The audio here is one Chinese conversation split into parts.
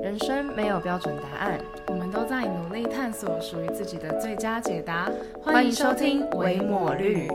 人生没有标准答案， 我们都在努力探索属于自己的最佳解答。 欢迎收听微抹绿。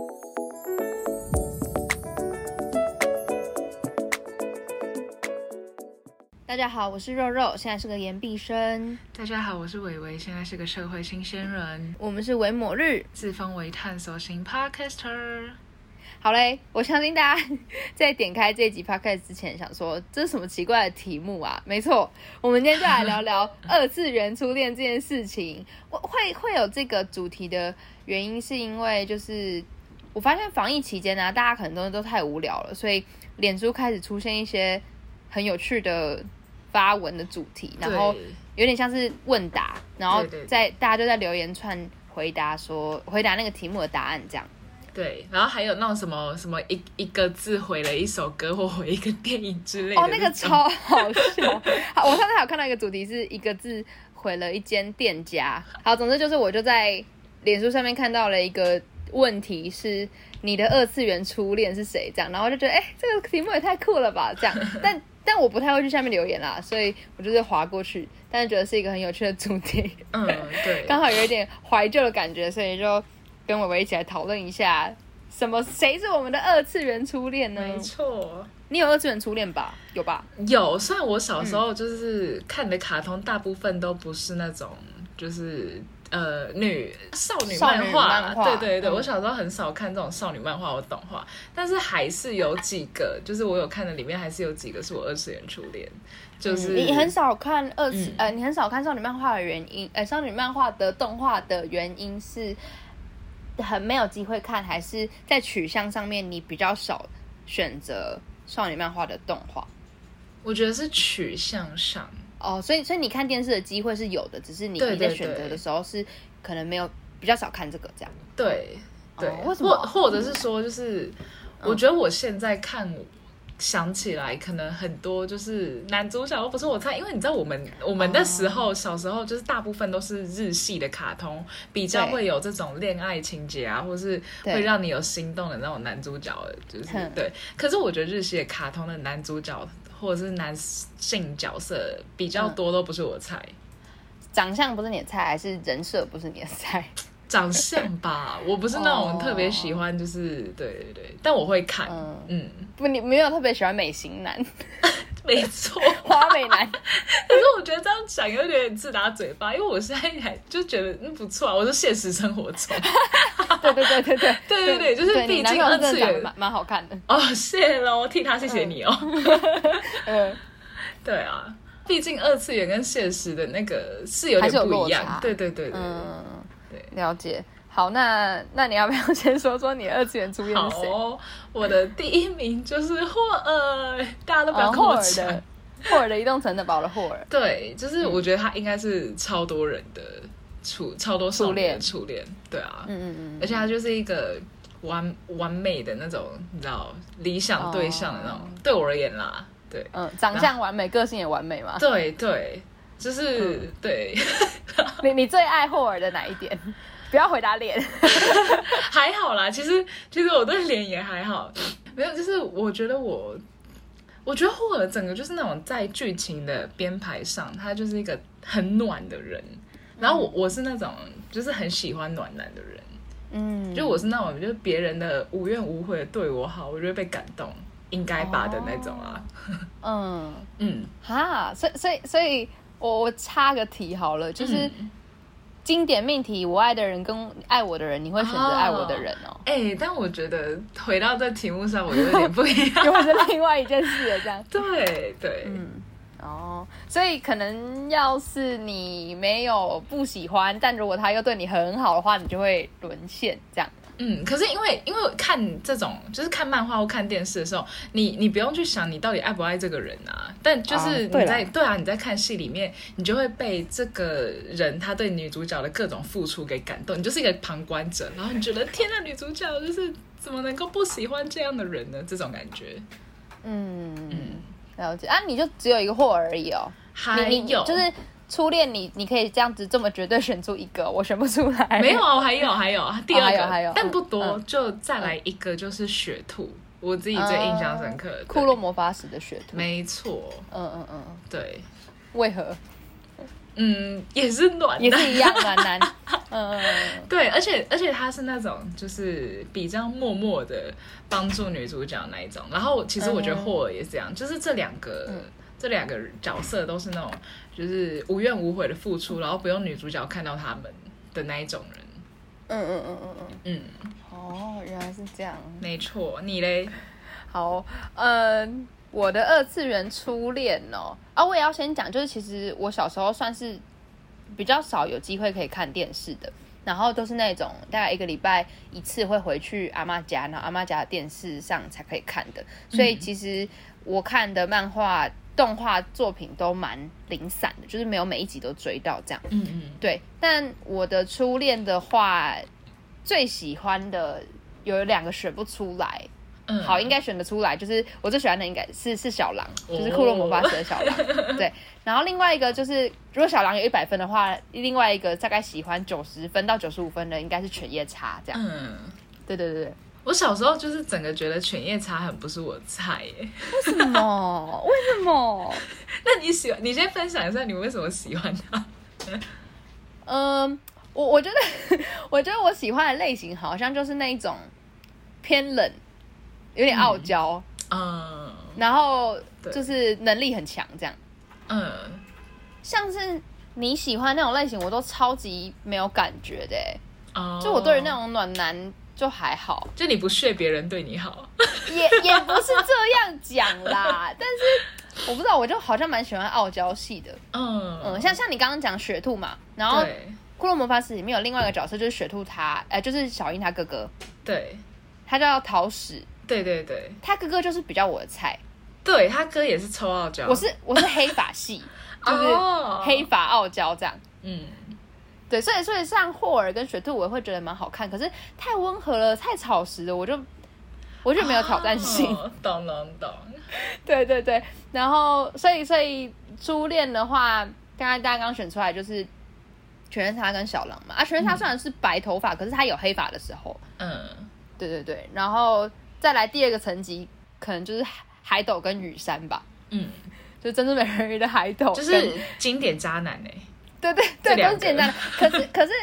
大家好，我是肉肉，现在是个研毕生。 大家好，我是伟伟，现在是个社会新鲜人。 我们是微抹绿， 自封为探索型 podcaster。 好嘞，我相信大家在点开这集 podcast 之前想说这是什么奇怪的题目啊？没错，我们今天就来聊聊二次元初恋这件事情。会有这个主题的原因是因为就是我发现防疫期间啊，大家可能都太无聊了，所以脸书开始出现一些很有趣的发文的主题，然后有点像是问答，然后大家就在留言串回答那个题目的答案这样。 对，然后还有那种什么一个字回了一首歌或回一个电影之类的。 哦，那个超好笑。好，我上次还有看到一个主题是一个字回了一间店家。好，总之就是我就在脸书上面看到了一个问题是你的二次元初恋是谁这样，然后就觉得这个题目也太酷了吧这样。但我不太会去下面留言啦，所以我就是滑过去，但是觉得是一个很有趣的主题。 对， 刚好有一点怀旧的感觉，所以就跟伟伟一起来讨论一下，谁是我们的二次元初恋呢？ 没错， 你有二次元初恋吧？有吧？ 有，虽然我小时候就是看的卡通大部分都不是那种就是少女漫画，对，我小时候很少看这种少女漫画或动画，但是还是有几个，就是我有看的里面还是有几个是我二次元初恋。就是你很少看你很少看少女漫画的原因，少女漫画的动画的原因是很没有机会看，还是在取向上面你比较少选择少女漫画的动画？ 我觉得是取向上哦，所以你看电视的机会是有的，只是你在选择的时候是可能没有比较少看这个这样。 对， 为什么？ 或者是说，就是我觉得我现在看。想起来可能很多就是男主角都不是我菜，因为你知道我们的时候小时候就是大部分都是日系的卡通，比较会有这种恋爱情节啊，或是会让你有心动的那种男主角的，就是对。可是我觉得日系的卡通的男主角或者是男性角色比较多都不是我菜。 长相不是你的菜，还是人设不是你的菜？ 长相吧，我不是那种特别喜欢，就是对，但我会看， 不，你没有特别喜欢美型男， 没错， 花美男。 可是我觉得这样讲有点自打嘴巴，因为我现在还就觉得不错啊，我是现实生活中，对，就是毕竟二次元蛮好看的哦，谢了，我替他谢谢你哦，对啊，毕竟二次元跟现实的那个是有点不一样，对。 了解。好，那你要不要先说说你的二次元初恋是谁？ 好，我的第一名就是霍尔，大家都不要跟我讲。 霍尔的移动城堡堡的霍尔， 对，就是我觉得他应该是超多人的超多少年的初恋，对啊，而且他就是一个完美的那种，你知道理想对象的那种，对我而言啦，对， 长相完美，个性也完美嘛， 对，就是对。 你最爱霍尔的哪一点？不要回答脸。 还好啦，其实我对脸也还好，没有，就是我觉得霍尔整个就是那种在剧情的编排上，他就是一个很暖的人。然后我是那种就是很喜欢暖男的人，就我是那种就是别人的无怨无悔的对我好，我就会被感动，应该吧的那种啊。 所以我插个题好了，就是经典命题，我爱的人跟爱我的人，你会选择爱我的人哦？ 但我觉得回到这题目上，我有点不一样， 又是另外一件事了，这样。 对， 所以可能要是你没有不喜欢，但如果他又对你很好的话，你就会沦陷这样。 可是因为看这种就是看漫画或看电视的时候，你不用去想你到底爱不爱这个人啊，但就是你在看戏里面，你就会被这个人他对女主角的各种付出给感动，你就是一个旁观者，然后你觉得天哪，女主角就是怎么能够不喜欢这样的人呢？这种感觉。 了解啊，你就只有一个霍尔而已哦？ 还有就是初恋你可以这样子这么绝对选出一个，我选不出来。 没有，还有第二个， 还有但不多，就再来一个就是雪兔，我自己最印象深刻的库洛魔法使的雪兔， 没错， 对， 为何？ 也是暖男， 也是一样暖男。 对，而且他是那种就是比较默默的帮助女主角那一种。然后其实我觉得霍尔也是这样，就是这两个角色都是那种就是无怨无悔的付出，然后不用女主角看到他们的那一种人。 哦，原来是这样。 没错，你嘞？ 好，我的二次元初恋哦，我也要先讲，就是其实我小时候算是比较少有机会可以看电视的，然后都是那种大概1个礼拜一次会回去阿嬷家，然后阿嬷家的电视上才可以看的，所以其实我看的漫画、动画作品都蛮零散的，就是没有每一集都追到这样。对。但我的初恋的话，最喜欢的有2个选不出来。好，应该选得出来，就是我最喜欢的应该是小狼，就是库洛魔法使的小狼。对，然后另外一个就是，如果小狼有100分的话，另外一个大概喜欢90分到95分的应该是犬夜叉这样。对。 我小时候就是整个觉得犬夜叉很不是我的菜耶。 为什么？为什么？ 那你先分享一下你为什么喜欢他？ 我觉得我喜欢的类型好像就是那一种偏冷。有点傲娇，然后就是能力很强这样，像是你喜欢那种类型，我都超级没有感觉的，就我对于那种暖男就还好， 就你不屑别人对你好， 也不是这样讲啦，但是我不知道，我就好像蛮喜欢傲娇系的，像你刚刚讲雪兔嘛，然后库洛魔法使里面有另外一个角色就是雪兔他，就是小樱他哥哥， 对， 他叫桃矢。 对， 他哥哥就是比较我的菜， 对他哥也是超傲娇， 我是黑发系，就是黑发傲娇这样，对，所以像霍尔跟雪兔我也会觉得蛮好看，可是太温和了，太草食了，我就没有挑战性， 懂， 对，然后所以初恋的话，大家刚选出来就是犬夜叉跟小狼嘛，犬夜叉虽然是白头发，可是他有黑发的时候，对，然后再来第2个层级，可能就是海斗跟羽山吧。就珍珠美人鱼的海斗， 就是经典渣男对，都是经典渣男。可是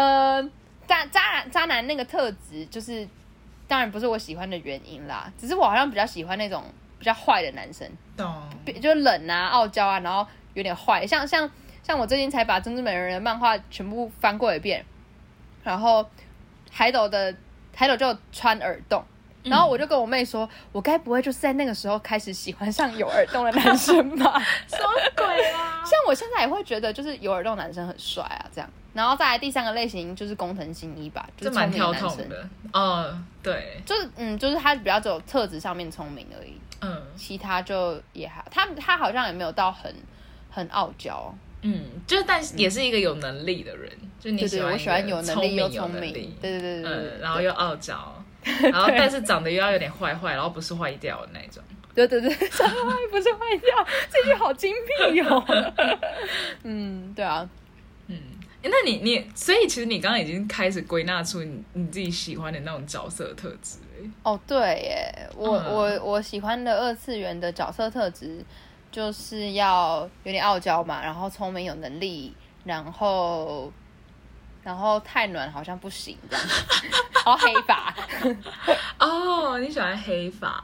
渣男那个特质，就是当然不是我喜欢的原因啦，只是我好像比较喜欢那种比较坏的男生， 懂？ 就冷啊、傲娇啊，然后有点坏。像我最近才把珍珠美人鱼的漫画全部翻过一遍，然后海斗就穿耳洞。然后我就跟我妹说，我该不会就是在那个时候开始喜欢上有耳洞的男生吧？ 什么鬼啊！ 像我现在也会觉得，就是有耳洞男生很帅啊，这样。然后再来第3个类型就是工藤新一吧，就是聪明的男生的。对， 就是他比较只有特质上面聪明而已。其他就也还他好像也没有到很傲娇。 就但也是一个有能力的人，就你喜欢， 我喜欢有能力又聪明，对， 然后又傲娇。然后但是长得又要有点坏，然后不是坏掉的那种。 对，长得坏不是坏掉，这句好精辟哦。对啊。 那你所以其实你刚刚已经开始归纳出你自己喜欢的那种角色特质对耶，我喜欢的二次元的角色特质就是要有点傲娇嘛，然后聪明有能力，然后太暖好像不行这样，然后黑发。 你喜欢黑发？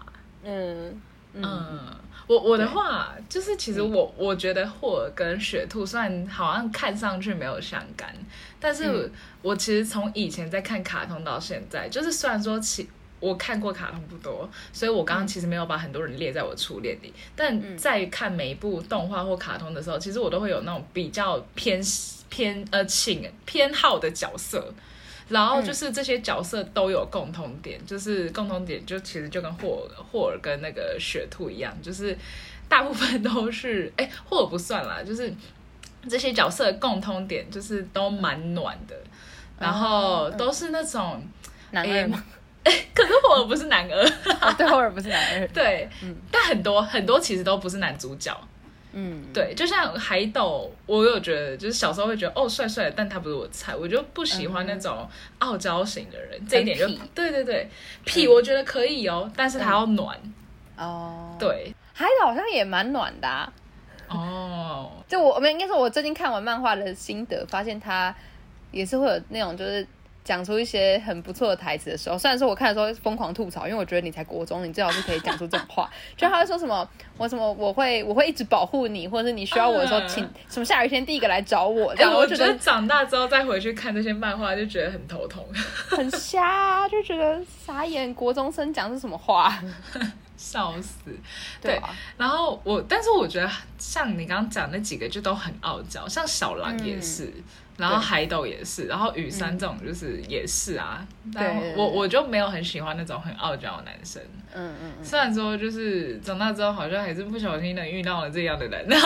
我的话就是其实我觉得霍尔跟雪兔虽然好像看上去没有相干，但是我其实从以前在看卡通到现在，就是虽然说我看过卡通不多，所以我刚刚其实没有把很多人列在我初恋里，但在看每一部动画或卡通的时候，其实我都会有那种比较偏好的角色，然后就是这些角色都有共同点，就是共同点就其实就跟霍尔跟那个雪兔一样，就是大部分都是霍尔不算啦，就是这些角色的共通点就是都蛮暖的，然后都是那种男二吗？ 可是霍尔不是男二。 对，霍尔不是男二。 对，但很多其实都不是男主角。对，就像海斗，我有觉得，就是小时候会觉得帅帅的，但他不是我的菜，我就不喜欢那种傲娇型的人，这一点就对，痞我觉得可以但是他要暖。对， 海斗好像也蛮暖的。 哦， 就我们应该说，我最近看完漫画的心得，发现他也是会有那种就是讲出一些很不错的台词的时候。虽然说我看的时候疯狂吐槽，因为我觉得你才国中，你最好是可以讲出这种话。就他会说什么我会一直保护你，或者是你需要我的时候，请什么下雨天第一个来找我。这样我觉得长大之后再回去看这些漫画，就觉得很头痛， 很瞎，就觉得傻眼，国中生讲是什么话？ 笑死。 对啊， 然后但是我觉得像你刚刚讲那几个就都很傲娇，像小狼也是。然后海斗也是，然后羽山这种就是也是啊。但我就没有很喜欢那种很傲娇的男生。虽然说就是长大之后好像还是不小心的遇到了这样的人。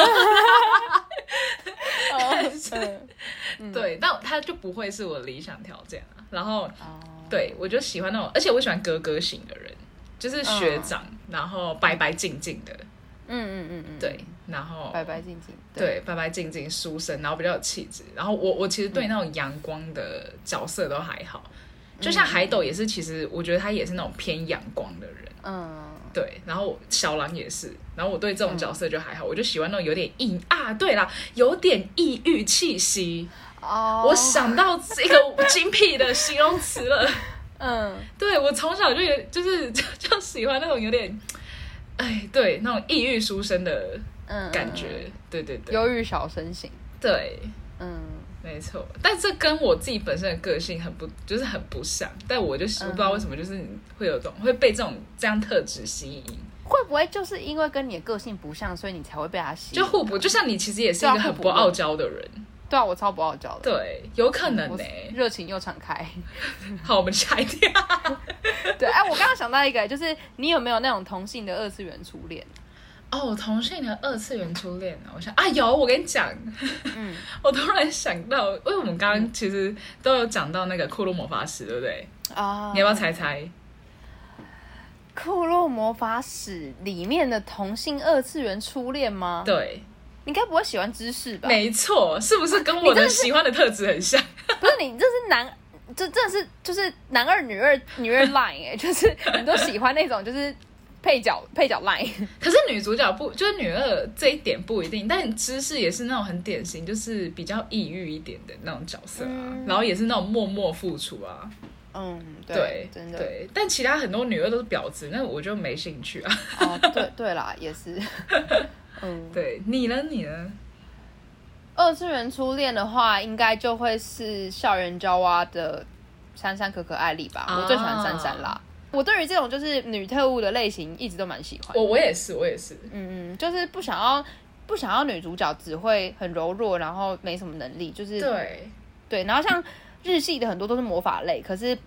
但是对，但他就不会是我的理想条件啊。然后对我就喜欢那种，而且我喜欢哥哥型的人，就是学长，然后白白净净的。对，然后白白净净， 对，白白净净，书生，然后比较有气质。然后我其实对那种阳光的角色都还好，就像海斗也是，其实我觉得他也是那种偏阳光的人。对，然后小狼也是，然后我对这种角色就还好，我就喜欢那种有点对啦，有点异域气息。我想到这个精辟的形容词了。对，我从小就喜欢那种有点。对，那种异域书生的感觉，对， 忧郁小生型， 对，没错。但这跟我自己本身的个性很不像，但我就是不知道为什么，就是会被这样特质吸引。 会不会就是因为跟你的个性不像，所以你才会被他吸引？ 就互补，就像你其实也是一个很不傲娇的人。 对啊，我超不傲娇的。 对，有可能热情又敞开。 好，我们下一条。 对，我刚刚想到一个，就是你有没有那种同性的二次元初恋？ 同性的二次元初恋我想有，我跟你讲，我突然想到，因为我们刚刚其实都有讲到那个库洛魔法使，对不对？你要不要猜猜？ 库洛魔法使里面的同性二次元初恋吗？ 对。 你该不会喜欢知识吧？ 没错，是不是跟我的喜欢的特质很像？ 不是，你这是这真的是就是男二女二 line 就是你都喜欢那种就是配角 line。 可是女主角不就是女二这一点不一定，但知识也是那种很典型，就是比较抑郁一点的那种角色啊，然后也是那种默默付出啊。 对，真的对，但其他很多女二都是婊子，那我就没兴趣啊。 对啦，也是。 对，你呢？ 二次元初恋的话，应该就会是校园娇娃的珊珊可可爱丽吧。我最喜欢珊珊啦。我对于这种就是女特务的类型一直都蛮喜欢。 我也是。 就是不想要女主角只会很柔弱，然后没什么能力，就是对。然后像日系的很多都是魔法类，可是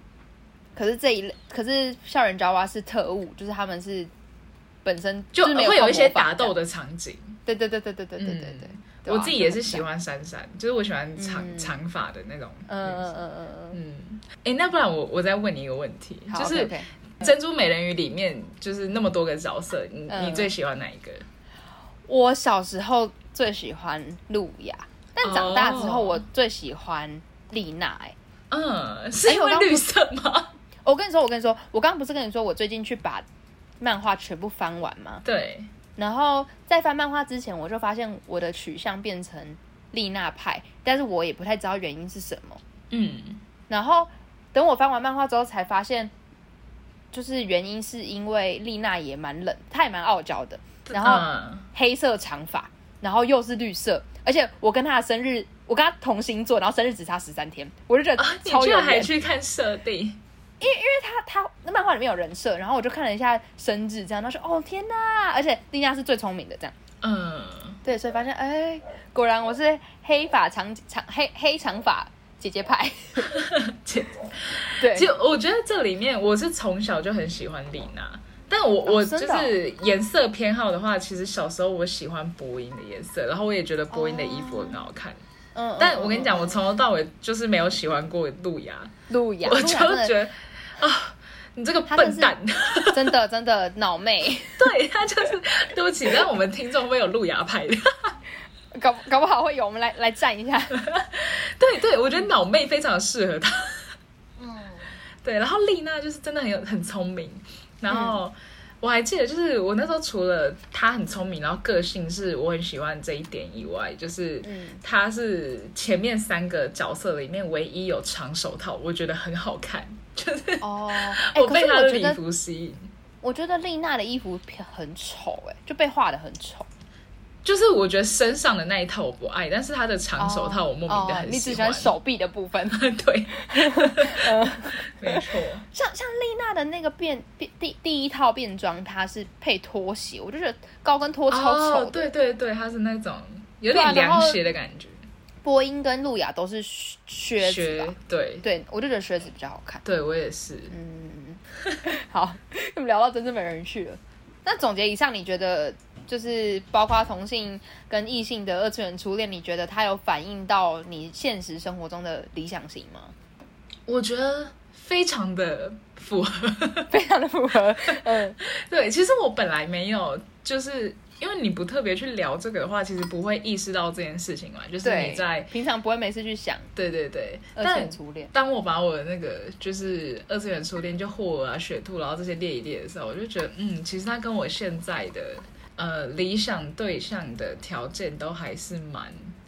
校园娇娃是特务，就是他们是。本身就会有一些打斗的场景。 对。 我自己也是喜欢珊珊，就是我喜欢长发的那种。那不然我再问你一个问题，就是珍珠美人鱼里面就是那么多个角色，你最喜欢哪一个？ 我小时候最喜欢露雅，但长大之后我最喜欢丽娜。 是因为绿色吗？ 我跟你说，我刚刚不是跟你说我最近去把漫画全部翻完吗？ 对。 然后在翻漫画之前，我就发现我的取向变成丽娜派，但是我也不太知道原因是什么。然后等我翻完漫画之后，才发现，就是原因是因为丽娜也蛮冷，她也蛮傲娇的，然后黑色长发，然后又是绿色，而且我跟她的生日，我跟她同星座，然后生日只差13天，我就觉得超有缘。 你居然还去看设定？ 因为他那漫画里面有人设，然后我就看了一下生日，这样，然后说天哪！而且丽娜是最聪明的，这样。对，所以发现果然我是黑长发姐姐派。对， 其实我觉得这里面我是从小就很喜欢丽娜，但我就是颜色偏好的话，其实小时候我喜欢波音的颜色，然后我也觉得波音的衣服很好看。但我跟你讲，我从头到尾就是没有喜欢过露雅，我就觉得你这个笨蛋， 真的脑妹。 对，他就是对不起，但我们听众会有露雅派的， 搞不好会有，我们来站一下。 对，我觉得脑妹非常适合他。对，然后丽娜就是真的很聪明，然后我还记得，就是我那时候除了他很聪明，然后个性是我很喜欢这一点以外，就是他是前面3个角色里面唯一有长手套，我觉得很好看，就是我被他的礼服吸引。 我觉得丽娜的衣服很丑，就被画得很丑。 就是我觉得身上的那一套我不爱，但是他的长手套我莫名的很喜欢。 你只喜欢手臂的部分。 对，没错。 像丽娜的那个第一套便装，它是配拖鞋，我就觉得高跟拖超丑的。 对对对，它是那种有点凉鞋的感觉。 波音跟路亚都是靴子吧？对，我就觉得靴子比较好看。 对我也是。 好，我们聊到真正没人去了。那总结以上，你觉得？就是包括同性跟异性的二次元初恋，你觉得它有反映到你现实生活中的理想型吗？ 我觉得非常的符合， 非常的符合。 对，其实我本来没有，就是因为你不特别去聊这个的话，其实不会意识到这件事情嘛。就是你在平常不会没事去想。 对对对， 二次元初恋。 当我把我的那个就是二次元初恋就霍尔啊、雪兔，然后这些列一列的时候，我就觉得，其实它跟我现在的。理想对象的条件都还是蛮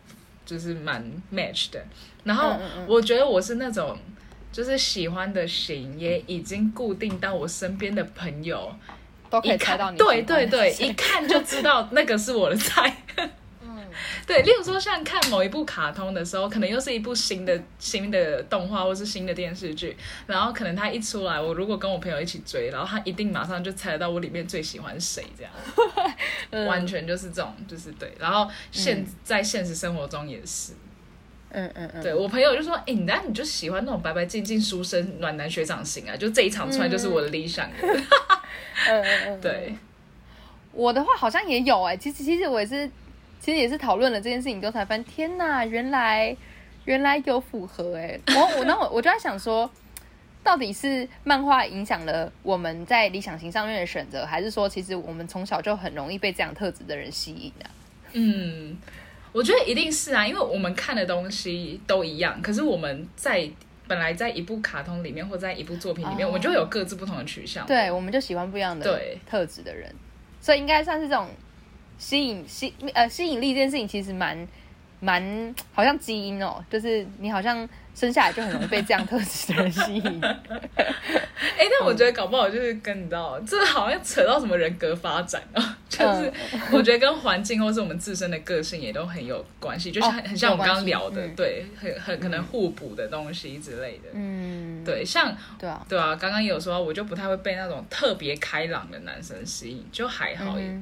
match 的，然后我觉得我是那种就是喜欢的型也已经固定到我身边的朋友都可以猜到你对对对，一看就知道那个是我的菜。对，例如说像看某一部卡通的时候，可能又是一部新的动画或是新的电视剧，然后可能他一出来，我如果跟我朋友一起追，然后他一定马上就猜得到我里面最喜欢谁，这样，完全就是这种，就是对。然后在现实生活中也是，对我朋友就说，你就喜欢那种白白净净、书生暖男学长型啊，就这一场出来就是我的理想人。对， 我的话好像也有其实我也是。其实也是讨论了这件事情之后才发现，天哪，原来有符合我就在想说，到底是漫画影响了我们在理想型上面的选择，还是说其实我们从小就很容易被这样特质的人吸引啊？ 我觉得一定是啊，因为我们看的东西都一样，可是我们本来在一部卡通里面或在一部作品里面，我们就有各自不同的取向， 对，我们就喜欢不一样的特质的人，所以应该算是这种。吸引力这件事情其实蛮好像基因就是你好像生下来就很容易被这样特质的人吸引。 但我觉得搞不好就是跟你知道，这好像扯到什么人格发展就是我觉得跟环境或是我们自身的个性也都很有关系，就像很像我们刚刚聊的，对，很可能互补的东西之类的。对，像对啊，刚刚也有说，我就不太会被那种特别开朗的男生吸引，就还好耶。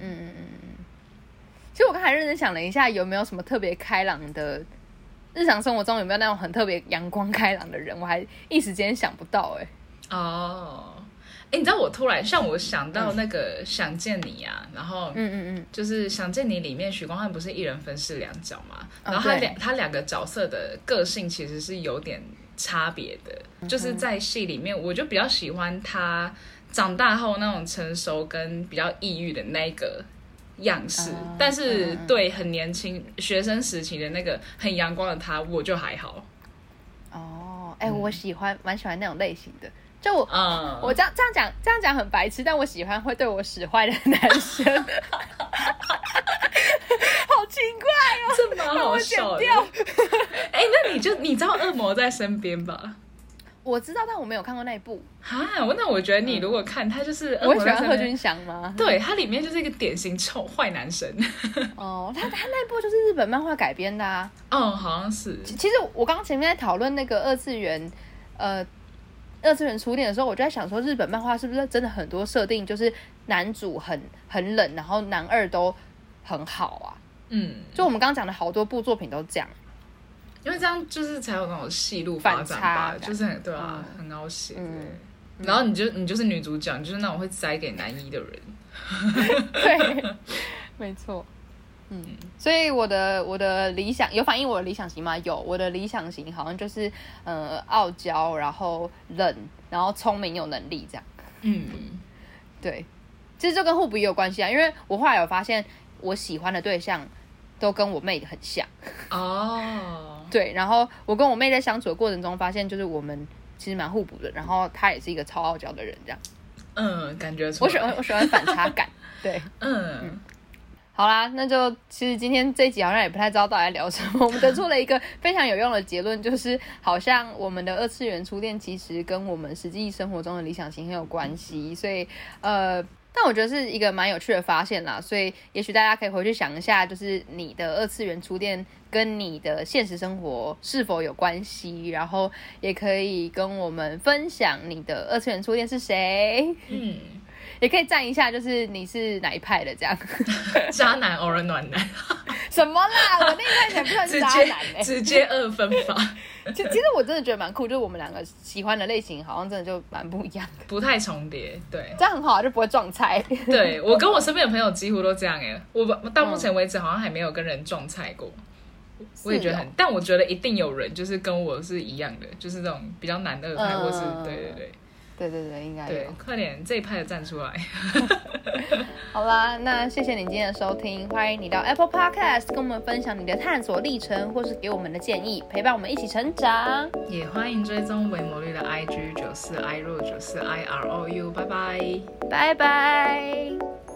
其实我刚才认真想了一下，有没有什么特别开朗的日常生活中有没有那种很特别阳光开朗的人？我还一时间想不到你知道我突然像我想到那个想见你啊，然后就是想见你里面许光汉不是一人分饰2角嘛，然后他两个角色的个性其实是有点差别的，就是在戏里面我就比较喜欢他长大后那种成熟跟比较抑郁的那个样式，但是对很年轻学生时期的那个很阳光的他，我就还好。 我蛮喜欢那种类型的。就我这样讲很白痴，但我喜欢会对我使坏的男生。好奇怪这蛮好笑的。那你知道恶魔在身边吧？ 我知道，但我没有看过那一部。 那我觉得你如果看他就是我喜欢贺军翔吗？ 对，他里面就是一个典型臭坏男生。 他那一部就是日本漫画改编的啊。 好像是。 其实我刚刚前面在讨论那个二次元初恋的时候，我就在想说，日本漫画是不是真的很多设定就是男主很冷，然后男二都很好啊？就我们刚刚讲的好多部作品都这样。 因为这样就是才有那种戏路发展吧，就是对啊，很好写。然后你就是女主角，你就是那种会塞给男一的人。 对，没错。所以我的理想有反映我的理想型吗？有，我的理想型好像就是傲娇，然后冷，然后聪明有能力这样。对，其实这跟互补也有关系啊，因为我后来有发现我喜欢的对象都跟我妹很像。对，然后我跟我妹在相处的过程中发现，就是我们其实蛮互补的，然后她也是一个超傲娇的人这样。 感觉出来。 我喜欢反差感，对，好啦，那就其实今天这一集好像也不太知道到底在聊什么，我们得出了一个非常有用的结论，就是好像我们的二次元初恋其实跟我们实际生活中的理想型很有关系，所以但我觉得是一个蛮有趣的发现啦，所以也许大家可以回去想一下，就是你的二次元初恋跟你的现实生活是否有关系，然后也可以跟我们分享你的二次元初恋是谁，也可以赞一下，就是你是哪一派的这样。 渣男偶尔暖男。 什么啦？我那一派才不算是渣男直接2分法。 其实我真的觉得蛮酷，就是我们两个喜欢的类型好像真的就蛮不一样的， 不太重叠，对， 这样很好，就不会撞菜。 对，我跟我身边的朋友几乎都这样我到目前为止好像还没有跟人撞菜过。我也觉得但我觉得一定有人就是跟我是一样的，就是这种比较男二派，或是对，应该有。对，快点这一派的站出来。 好啦，那谢谢你今天的收听，欢迎你到 Apple Podcast 跟我们分享你的探索历程，或是给我们的建议，陪伴我们一起成长。 也欢迎追踪微魔律的 IG 94 IRO94 IROU， 拜拜， 拜拜。